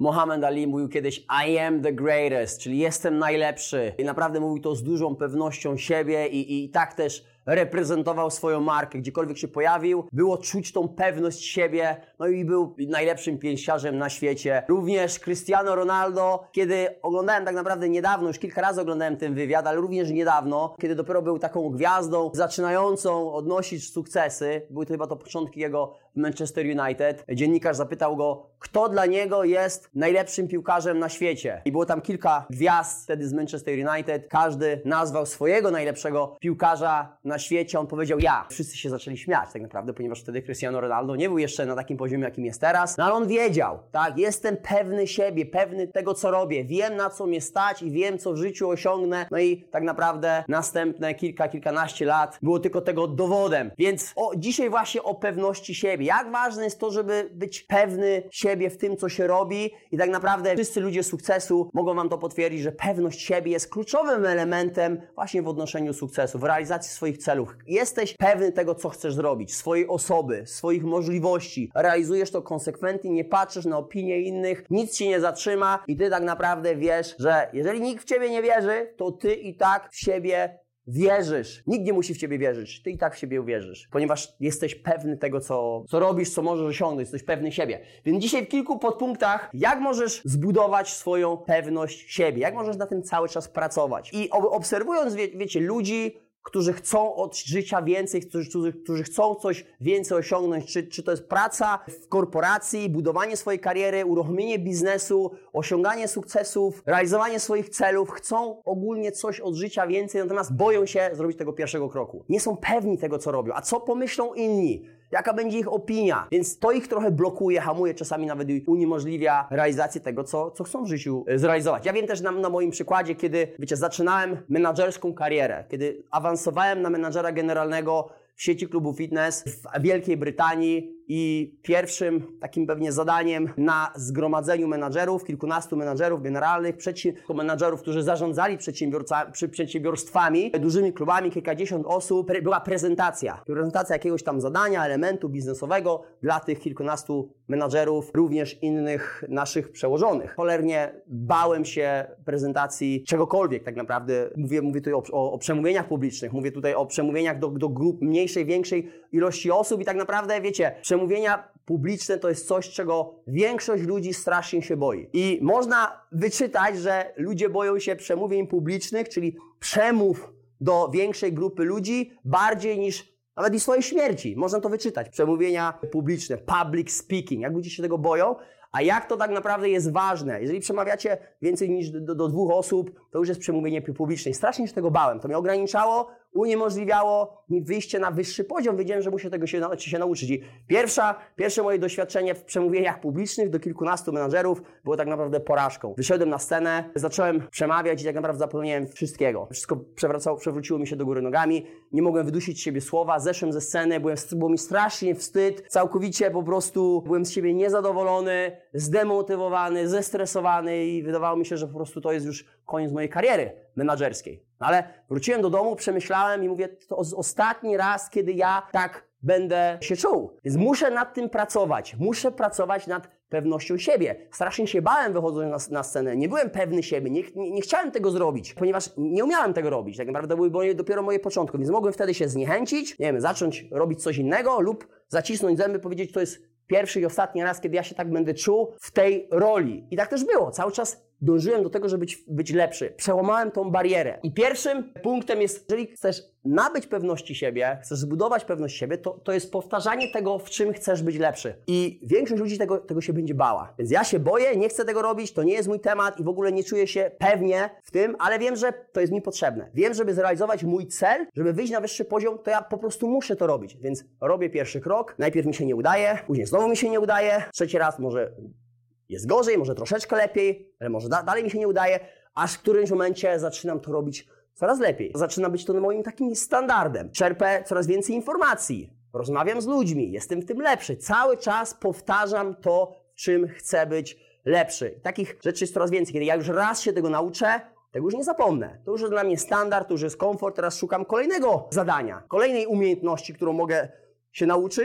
Muhammad Ali mówił kiedyś I am the greatest, czyli jestem najlepszy. I naprawdę mówił to z dużą pewnością siebie i tak też reprezentował swoją markę, gdziekolwiek się pojawił. Było czuć tą pewność siebie, no i był najlepszym pięściarzem na świecie. Również Cristiano Ronaldo, kiedy oglądałem tak naprawdę niedawno, już kilka razy oglądałem ten wywiad, ale również niedawno, kiedy dopiero był taką gwiazdą zaczynającą odnosić sukcesy, były to chyba początki jego w Manchester United. Dziennikarz zapytał go, kto dla niego jest najlepszym piłkarzem na świecie. I było tam kilka gwiazd wtedy z Manchester United. Każdy nazwał swojego najlepszego piłkarza na świecie. On powiedział ja. Wszyscy się zaczęli śmiać tak naprawdę, ponieważ wtedy Cristiano Ronaldo nie był jeszcze na takim poziomie, jakim jest teraz. No ale on wiedział, tak? Jestem pewny siebie, pewny tego, co robię. Wiem, na co mnie stać i wiem, co w życiu osiągnę. No i tak naprawdę następne kilkanaście lat było tylko tego dowodem. Więc dzisiaj właśnie o pewności siebie. Jak ważne jest to, żeby być pewny siebie w tym, co się robi i tak naprawdę wszyscy ludzie sukcesu mogą wam to potwierdzić, że pewność siebie jest kluczowym elementem właśnie w odnoszeniu sukcesu, w realizacji swoich celów. Jesteś pewny tego, co chcesz zrobić, swojej osoby, swoich możliwości. Realizujesz to konsekwentnie, nie patrzysz na opinie innych, nic ci nie zatrzyma i ty tak naprawdę wiesz, że jeżeli nikt w ciebie nie wierzy, to ty i tak w siebie wierzysz. Nikt nie musi w ciebie wierzyć. Ty i tak w siebie uwierzysz. Ponieważ jesteś pewny tego, co robisz, co możesz osiągnąć. Jesteś pewny siebie. Więc dzisiaj w kilku podpunktach, jak możesz zbudować swoją pewność siebie. Jak możesz na tym cały czas pracować. I obserwując, wiecie, ludzi, którzy chcą od życia więcej, którzy chcą coś więcej osiągnąć, czy to jest praca w korporacji, budowanie swojej kariery, uruchomienie biznesu, osiąganie sukcesów, realizowanie swoich celów, chcą ogólnie coś od życia więcej, natomiast boją się zrobić tego pierwszego kroku. Nie są pewni tego, co robią. A co pomyślą inni? Jaka będzie ich opinia? Więc to ich trochę blokuje, hamuje, czasami nawet uniemożliwia realizację tego, co chcą w życiu zrealizować. Ja wiem też na moim przykładzie, kiedy, wiecie, zaczynałem menadżerską karierę, kiedy awansowałem na menadżera generalnego w sieci klubów fitness w Wielkiej Brytanii i pierwszym takim pewnie zadaniem na zgromadzeniu menadżerów, kilkunastu menadżerów generalnych, menadżerów, którzy zarządzali przedsiębiorstwami, dużymi klubami, kilkadziesiąt osób, była prezentacja jakiegoś tam zadania, elementu biznesowego dla tych kilkunastu menadżerów, również innych naszych przełożonych. Cholernie bałem się prezentacji czegokolwiek tak naprawdę. Mówię tutaj o przemówieniach publicznych, mówię tutaj o przemówieniach do grup mniejszej, większej ilości osób i tak naprawdę, wiecie, przemówienia publiczne to jest coś, czego większość ludzi strasznie się boi. I można wyczytać, że ludzie boją się przemówień publicznych, czyli przemów do większej grupy ludzi bardziej niż nawet i swojej śmierci. Można to wyczytać. Przemówienia publiczne, public speaking. Jak ludzie się tego boją, a jak to tak naprawdę jest ważne. Jeżeli przemawiacie więcej niż do 2 osób, to już jest przemówienie publiczne. I strasznie się tego bałem. To mnie ograniczało, uniemożliwiało mi wyjście na wyższy poziom. Wiedziałem, że muszę tego się nauczyć. I pierwsze moje doświadczenie w przemówieniach publicznych do kilkunastu menadżerów było tak naprawdę porażką. Wyszedłem na scenę, zacząłem przemawiać i tak naprawdę zapomniałem wszystkiego. Wszystko przewróciło mi się do góry nogami. Nie mogłem wydusić z siebie słowa. Zeszłem ze sceny, było mi strasznie wstyd. Całkowicie po prostu byłem z siebie niezadowolony, zdemotywowany, zestresowany i wydawało mi się, że po prostu to jest już koniec mojej kariery menadżerskiej. Ale wróciłem do domu, przemyślałem i mówię, to ostatni raz, kiedy ja tak będę się czuł. Więc muszę nad tym pracować. Muszę pracować nad pewnością siebie. Strasznie się bałem wychodząc na scenę. Nie byłem pewny siebie. Nie chciałem tego zrobić, ponieważ nie umiałem tego robić. Tak naprawdę były dopiero moje początki. Więc mogłem wtedy się zniechęcić, nie wiem, zacząć robić coś innego lub zacisnąć zęby, powiedzieć, to jest pierwszy i ostatni raz, kiedy ja się tak będę czuł w tej roli. I tak też było. Cały czas dążyłem do tego, żeby być lepszy. Przełamałem tą barierę. I pierwszym punktem jest, jeżeli chcesz nabyć pewności siebie, chcesz zbudować pewność siebie, to jest powtarzanie tego, w czym chcesz być lepszy. I większość ludzi tego się będzie bała. Więc ja się boję, nie chcę tego robić, to nie jest mój temat i w ogóle nie czuję się pewnie w tym, ale wiem, że to jest mi potrzebne. Wiem, żeby zrealizować mój cel, żeby wyjść na wyższy poziom, to ja po prostu muszę to robić. Więc robię pierwszy krok, najpierw mi się nie udaje, później znowu mi się nie udaje, trzeci raz może jest gorzej, może troszeczkę lepiej, ale może dalej mi się nie udaje, aż w którymś momencie zaczynam to robić coraz lepiej. Zaczyna być to moim takim standardem. Czerpę coraz więcej informacji, rozmawiam z ludźmi, jestem w tym lepszy. Cały czas powtarzam to, w czym chcę być lepszy. Takich rzeczy jest coraz więcej. Kiedy ja już raz się tego nauczę, tego już nie zapomnę. To już jest dla mnie standard, to już jest komfort. Teraz szukam kolejnego zadania, kolejnej umiejętności, którą mogę się nauczyć,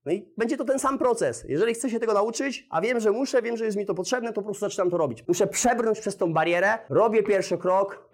No i będzie to ten sam proces. Jeżeli chcę się tego nauczyć, a wiem, że muszę, wiem, że jest mi to potrzebne, to po prostu zaczynam to robić. Muszę przebrnąć przez tą barierę, robię pierwszy krok,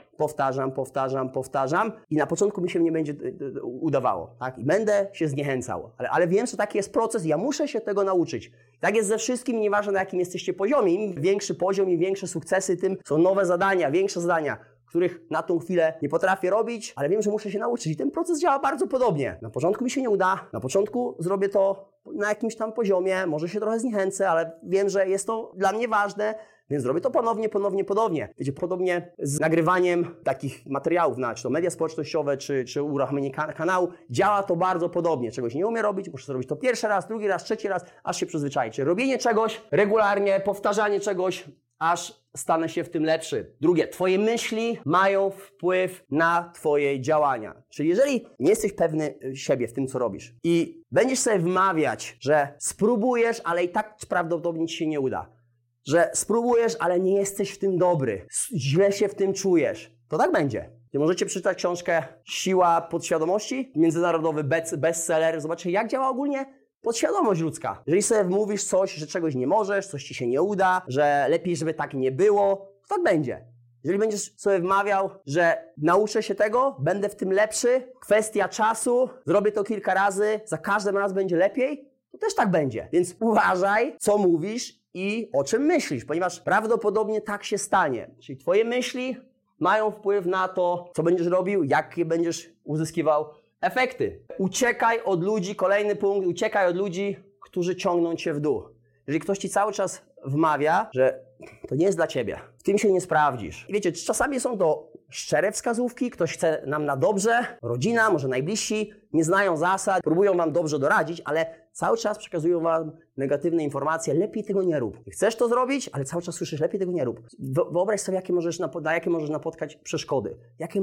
powtarzam i na początku mi się nie będzie udawało, tak? I będę się zniechęcał. Ale wiem, że taki jest proces i ja muszę się tego nauczyć. Tak jest ze wszystkim, nieważne na jakim jesteście poziomie. Im większy poziom, im większe sukcesy, tym są nowe zadania, większe zadania, których na tą chwilę nie potrafię robić, ale wiem, że muszę się nauczyć. I ten proces działa bardzo podobnie. Na początku mi się nie uda, na początku zrobię to na jakimś tam poziomie, może się trochę zniechęcę, ale wiem, że jest to dla mnie ważne, więc zrobię to ponownie. Wiecie, podobnie z nagrywaniem takich materiałów, czy to media społecznościowe, czy uruchomienie kanału, działa to bardzo podobnie. Czegoś nie umiem robić, muszę zrobić to pierwszy raz, drugi raz, trzeci raz, aż się przyzwyczaicie. Robienie czegoś regularnie, powtarzanie czegoś, aż stanę się w tym lepszy. Drugie, twoje myśli mają wpływ na twoje działania. Czyli jeżeli nie jesteś pewny siebie w tym, co robisz i będziesz sobie wmawiać, że spróbujesz, ale i tak prawdopodobnie ci się nie uda, że spróbujesz, ale nie jesteś w tym dobry, źle się w tym czujesz, to tak będzie. Możecie przeczytać książkę Siła podświadomości, międzynarodowy bestseller, zobaczcie, jak działa ogólnie podświadomość ludzka. Jeżeli sobie wmówisz coś, że czegoś nie możesz, coś ci się nie uda, że lepiej, żeby tak nie było, to tak będzie. Jeżeli będziesz sobie wmawiał, że nauczę się tego, będę w tym lepszy, kwestia czasu, zrobię to kilka razy, za każdym razem będzie lepiej, to też tak będzie. Więc uważaj, co mówisz i o czym myślisz, ponieważ prawdopodobnie tak się stanie. Czyli twoje myśli mają wpływ na to, co będziesz robił, jakie będziesz uzyskiwał efekty. Uciekaj od ludzi, kolejny punkt, uciekaj od ludzi, którzy ciągną cię w dół. Jeżeli ktoś ci cały czas wmawia, że to nie jest dla ciebie, w tym się nie sprawdzisz. I wiecie, czasami są to szczere wskazówki, ktoś chce nam na dobrze, rodzina, może najbliżsi, nie znają zasad, próbują wam dobrze doradzić, ale cały czas przekazują wam negatywne informacje, lepiej tego nie rób. Chcesz to zrobić, ale cały czas słyszysz, lepiej tego nie rób. Wyobraź sobie, na jakie możesz napotkać przeszkody,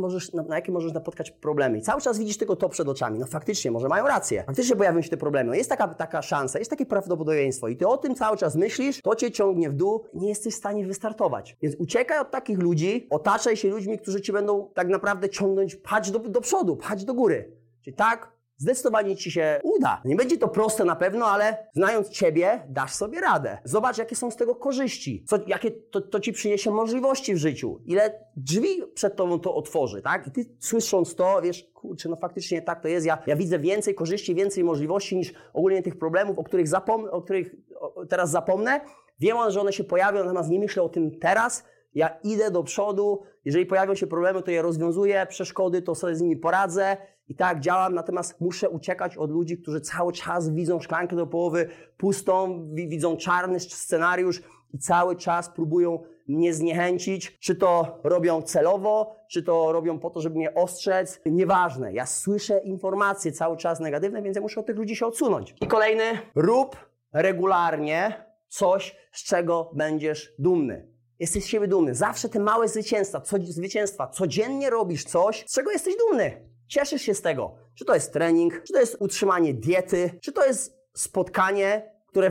na jakie możesz napotkać problemy. I cały czas widzisz tylko to przed oczami. No faktycznie, może mają rację. Faktycznie pojawią się te problemy. No jest taka szansa, jest takie prawdopodobieństwo i ty o tym cały czas myślisz, to cię ciągnie w dół, nie jesteś w stanie wystartować. Więc uciekaj od takich ludzi, otaczaj się ludźmi, którzy cię będą tak naprawdę ciągnąć, patrz do przodu, patrz do góry. Czyli tak, zdecydowanie ci się uda. Nie będzie to proste na pewno, ale znając ciebie, dasz sobie radę. Zobacz, jakie są z tego korzyści. Jakie to ci przyniesie możliwości w życiu. Ile drzwi przed tobą to otworzy, tak? I ty słysząc to, wiesz, kurczę, no faktycznie tak to jest. Ja widzę więcej korzyści, więcej możliwości niż ogólnie tych problemów, o których teraz zapomnę. Wiem, że one się pojawią, natomiast nie myślę o tym teraz. Ja idę do przodu. Jeżeli pojawią się problemy, to je rozwiązuję. Przeszkody, to sobie z nimi poradzę. I tak działam, natomiast muszę uciekać od ludzi, którzy cały czas widzą szklankę do połowy pustą, widzą czarny scenariusz i cały czas próbują mnie zniechęcić. Czy to robią celowo, czy to robią po to, żeby mnie ostrzec. Nieważne. Ja słyszę informacje cały czas negatywne, więc ja muszę od tych ludzi się odsunąć. I kolejny. Rób regularnie coś, z czego będziesz dumny. Jesteś z siebie dumny. Zawsze te małe zwycięstwa. Codziennie robisz coś, z czego jesteś dumny. Cieszysz się z tego. Czy to jest trening, czy to jest utrzymanie diety, czy to jest spotkanie,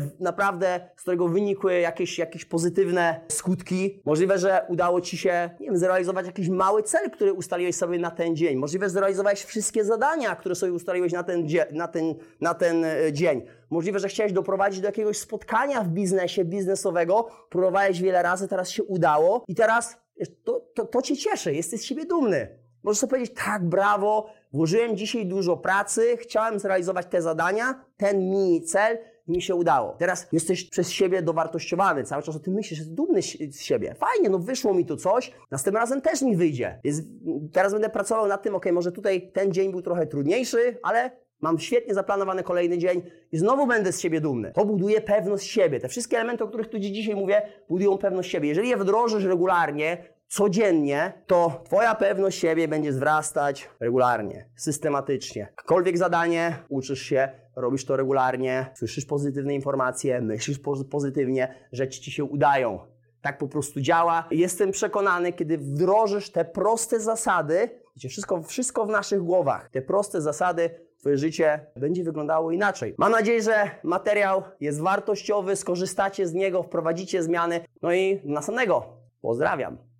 z którego wynikły jakieś pozytywne skutki. Możliwe, że udało ci się, zrealizować jakiś mały cel, który ustaliłeś sobie na ten dzień. Możliwe, że zrealizowałeś wszystkie zadania, które sobie ustaliłeś na ten dzień. Możliwe, że chciałeś doprowadzić do jakiegoś spotkania w biznesowego, próbowałeś wiele razy, teraz się udało i teraz to cię cieszy, jesteś z siebie dumny. Możesz sobie powiedzieć, tak, brawo, włożyłem dzisiaj dużo pracy, chciałem zrealizować te zadania, ten mini cel i mi się udało. Teraz jesteś przez siebie dowartościowany, cały czas o tym myślisz, jesteś dumny z siebie. Fajnie, no wyszło mi tu coś, następnym razem też mi wyjdzie. Więc teraz będę pracował nad tym, może tutaj ten dzień był trochę trudniejszy, ale mam świetnie zaplanowany kolejny dzień i znowu będę z siebie dumny. To buduje pewność siebie. Te wszystkie elementy, o których tu dzisiaj mówię, budują pewność siebie. Jeżeli je wdrożysz regularnie, codziennie, to twoja pewność siebie będzie wzrastać regularnie, systematycznie. Jakiekolwiek zadanie, uczysz się, robisz to regularnie, słyszysz pozytywne informacje, myślisz pozytywnie, rzeczy ci się udają. Tak po prostu działa. Jestem przekonany, kiedy wdrożysz te proste zasady, wiecie, wszystko w naszych głowach, te proste zasady, twoje życie będzie wyglądało inaczej. Mam nadzieję, że materiał jest wartościowy, skorzystacie z niego, wprowadzicie zmiany. No i do następnego. Pozdrawiam.